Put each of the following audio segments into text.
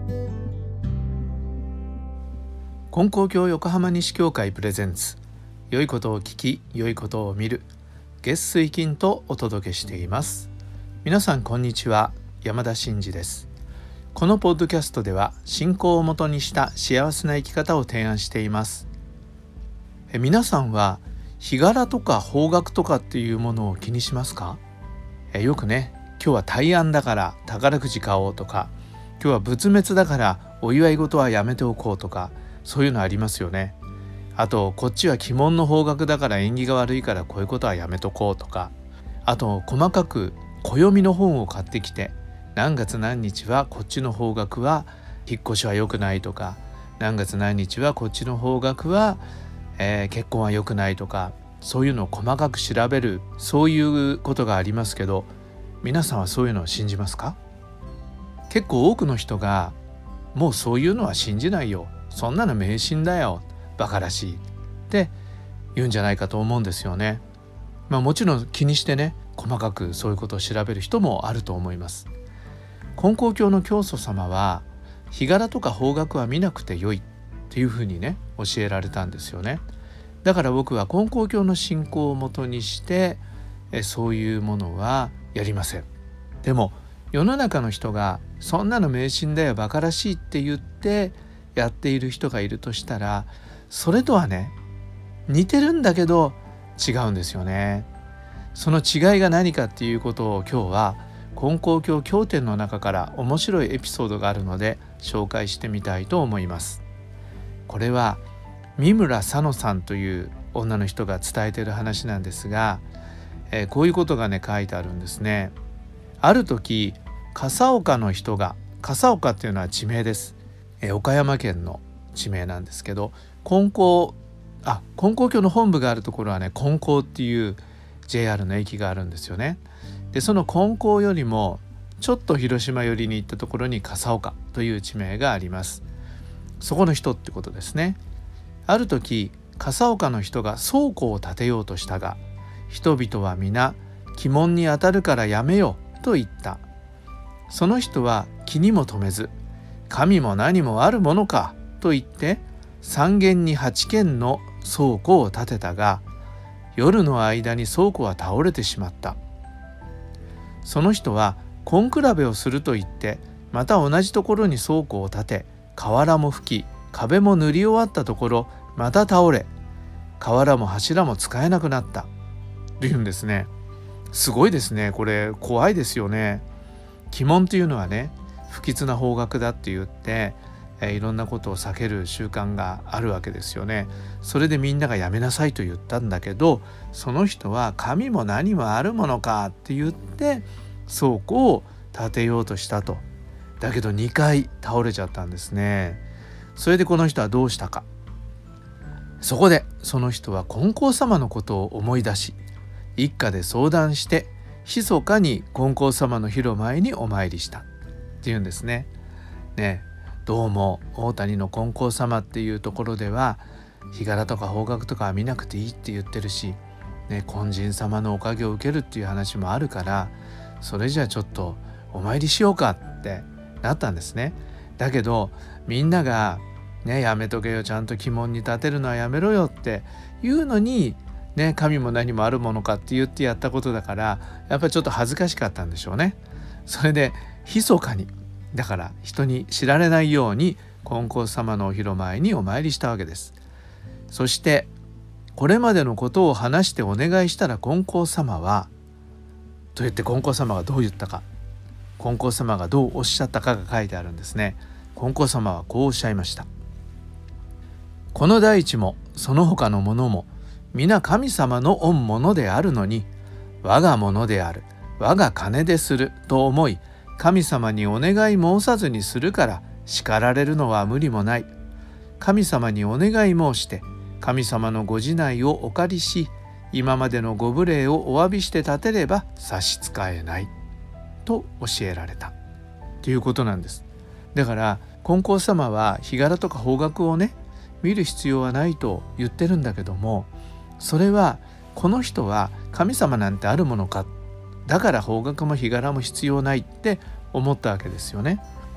金光教横浜西教会プレゼンツ、良いことを聞き良いことを見る、月水金とお届けしています。皆さんこんにちは、山田真嗣です。このポッドキャストでは信仰をもとにした幸せな生き方を提案しています。皆さんは日柄とか方角とかっていうものを気にしますか？よくね、今日は大安だから宝くじ買おうとか、今日は仏滅だからお祝い事はやめておこうとか、そういうのありますよね。あと、こっちは鬼門の方角だから縁起が悪いからこういうことはやめとこうとか、あと細かく暦の本を買ってきて、何月何日はこっちの方角は引っ越しは良くないとか、何月何日はこっちの方角は、結婚は良くないとか、そういうのを細かく調べる、そういうことがありますけど、皆さんはそういうのを信じますか？結構多くの人がもうそういうのは信じないよ、そんなの迷信だよ、バカらしいって言うんじゃないかと思うんですよね。もちろん気にしてね、細かくそういうことを調べる人もあると思います。金光教の教祖様は日柄とか方角は見なくてよいっていうふうにね、教えられたんですよね。だから僕は金光教の信仰をもとにしてそういうものはやりません。でも世の中の人がそんなの迷信だよ、バカらしいって言ってやっている人がいるとしたら、それとはね、似てるんだけど違うんですよね。その違いが何かっていうことを今日は金光教経典の中から面白いエピソードがあるので紹介してみたいと思います。これは三村佐野さんという女の人が伝えている話なんですが、こういうことがね書いてあるんですね。ある時、笠岡の人が、笠岡っていうのは地名です。岡山県の地名なんですけど、金光教の本部があるところはね、金光っていう JR の駅があるんですよね。でその金光よりもちょっと広島寄りに行ったところに笠岡という地名があります。そこの人ってことですね。ある時、笠岡の人が倉庫を建てようとしたが、人々は皆鬼門に当たるからやめよと言った。その人は気にも留めず、神も何もあるものかと言って3軒に8軒の倉庫を建てたが、夜の間に倉庫は倒れてしまった。その人は根比べをすると言ってまた同じところに倉庫を建て、瓦も葺き壁も塗り終わったところ、また倒れ、瓦も柱も使えなくなったというんですね。すごいですね。これ怖いですよね。鬼門というのはね、不吉な方角だって言って、いろんなことを避ける習慣があるわけですよね。それでみんながやめなさいと言ったんだけど、その人は神も何もあるものかって言って倉庫を建てようとしたと。だけど2回倒れちゃったんですね。それでこの人はどうしたか。そこでその人は金光様のことを思い出し、一家で相談して密かに金光様の広前にお参りしたっていうんですね。どうも大谷の金光様っていうところでは日柄とか方角とかは見なくていいって言ってるし、金神様のおかげを受けるっていう話もあるから、それじゃあちょっとお参りしようかってなったんですね。だけどみんながやめとけよ、ちゃんと鬼門に立てるのはやめろよっていうのに、神も何もあるものかって言ってやったことだから、やっぱりちょっと恥ずかしかったんでしょうね。それで密かに、だから人に知られないように金光様のお広前にお参りしたわけです。そしてこれまでのことを話してお願いしたら、金光様はと言って、金光様がどう言ったか、金光様がどうおっしゃったかが書いてあるんですね。金光様はこうおっしゃいました。この大地もその他のものも皆神様の御物であるのに、我が物である、我が金ですると思い、神様にお願い申さずにするから叱られるのは無理もない。神様にお願い申して、神様のご自内をお借りし、今までのご無礼をお詫びして立てれば差し支えないと教えられたということなんです。だから金光様は日柄とか方角をね、見る必要はないと言ってるんだけども、それはこの人は神様なんてあるものか、だから方角も日柄も必要ないって思ったわけですよね。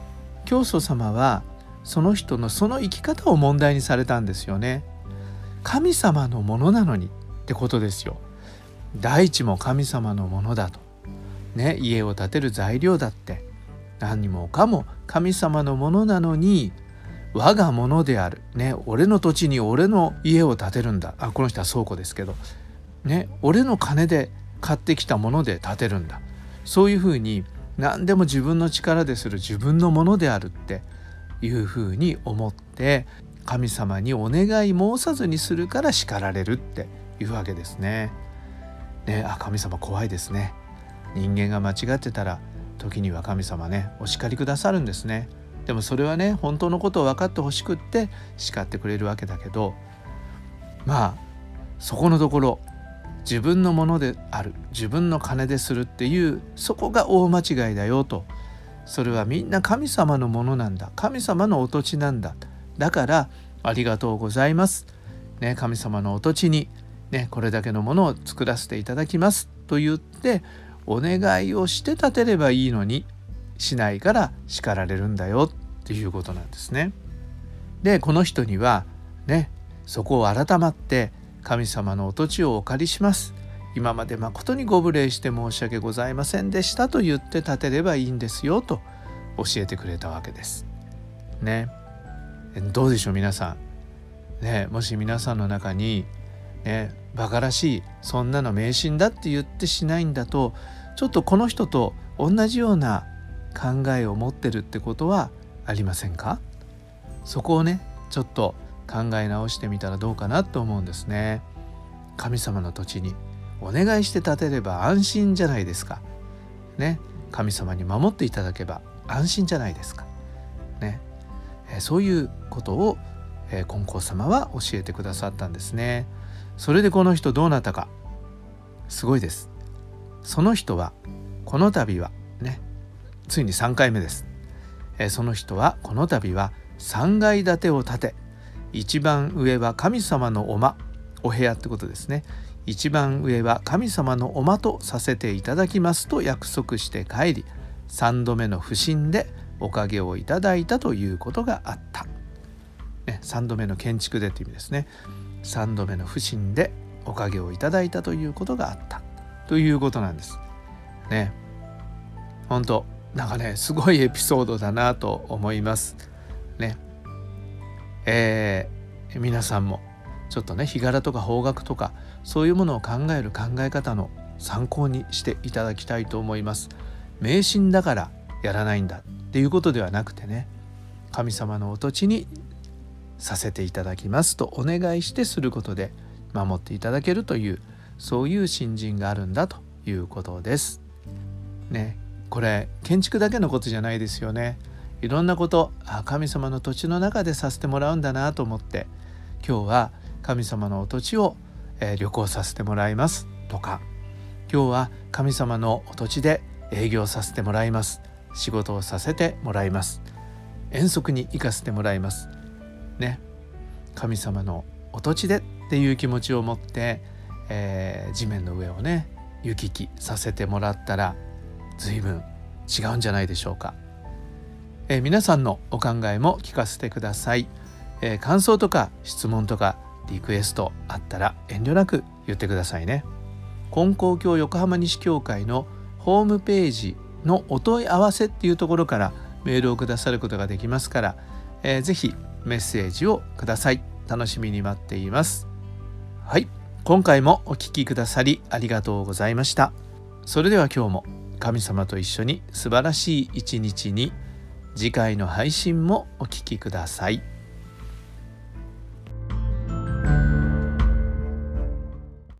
教祖様はその人のその生き方を問題にされたんですよね。神様のものなのにってことですよ。大地も神様のものだと、ね、家を建てる材料だって何もかも神様のものなのに、我がものである、ね、俺の土地に俺の家を建てるんだ。この人は倉庫ですけど、ね、俺の金で買ってきたもので建てるんだ。そういうふうに何でも自分の力でする自分のものであるっていうふうに思って、神様にお願い申さずにするから叱られるっていうわけですね。神様怖いですね。人間が間違ってたら時には神様ね、お叱りくださるんですね。でもそれはね、本当のことを分かってほしくって叱ってくれるわけだけど、そこのところ自分のものである、自分の金でするっていう、そこが大間違いだよと。それはみんな神様のものなんだ、神様のお土地なんだ、だからありがとうございます、ね、神様のお土地に、ね、これだけのものを作らせていただきますと言ってお願いをして建てればいいのに、しないから叱られるんだよっていうことなんですね。でこの人にはね、そこを改まって神様のお土地をお借りします、今まで誠にご無礼して申し訳ございませんでしたと言って建てればいいんですよと教えてくれたわけですね。どうでしょう皆さん、ね、もし皆さんの中に、ね、バカらしいそんなの迷信だって言ってしないんだと、ちょっとこの人と同じような考えを持ってるってことはありませんか？そこをねちょっと考え直してみたらどうかなと思うんですね。神様の土地にお願いして建てれば安心じゃないですかね。神様に守っていただけば安心じゃないですかね。そういうことを金光様は教えてくださったんですね。それでこの人どうなったか、すごいです。その人はこの度はね、ついに3回目です。その人はこの度は3階建てを建て、一番上は神様のお部屋ってことですね。一番上は神様のお間とさせていただきますと約束して帰り、3度目の不審でおかげをいただいたということがあった、3度目の建築でという意味ですね。3度目の不審でおかげをいただいたということがあったということなんですね。本当なんかね、すごいエピソードだなと思いますね。皆さんもちょっとね、日柄とか方角とかそういうものを考える考え方の参考にしていただきたいと思います。迷信だからやらないんだっていうことではなくてね、神様のお土地にさせていただきますとお願いしてすることで守っていただけるという、そういう信心があるんだということですね。これ建築だけのことじゃないですよね。いろんなこと、神様の土地の中でさせてもらうんだなと思って、今日は神様のお土地を、旅行させてもらいますとか、今日は神様のお土地で営業させてもらいます、仕事をさせてもらいます、遠足に行かせてもらいますね。神様のお土地でっていう気持ちを持って、地面の上をね行き来させてもらったら随分違うんじゃないでしょうか。皆さんのお考えも聞かせてください。感想とか質問とかリクエストあったら遠慮なく言ってくださいね。金光教横浜西教会のホームページのお問い合わせっていうところからメールをくださることができますから、ぜひメッセージをください。楽しみに待っています。はい、今回もお聞きくださりありがとうございました。それでは今日も神様と一緒に素晴らしい一日に。次回の配信もお聞きください。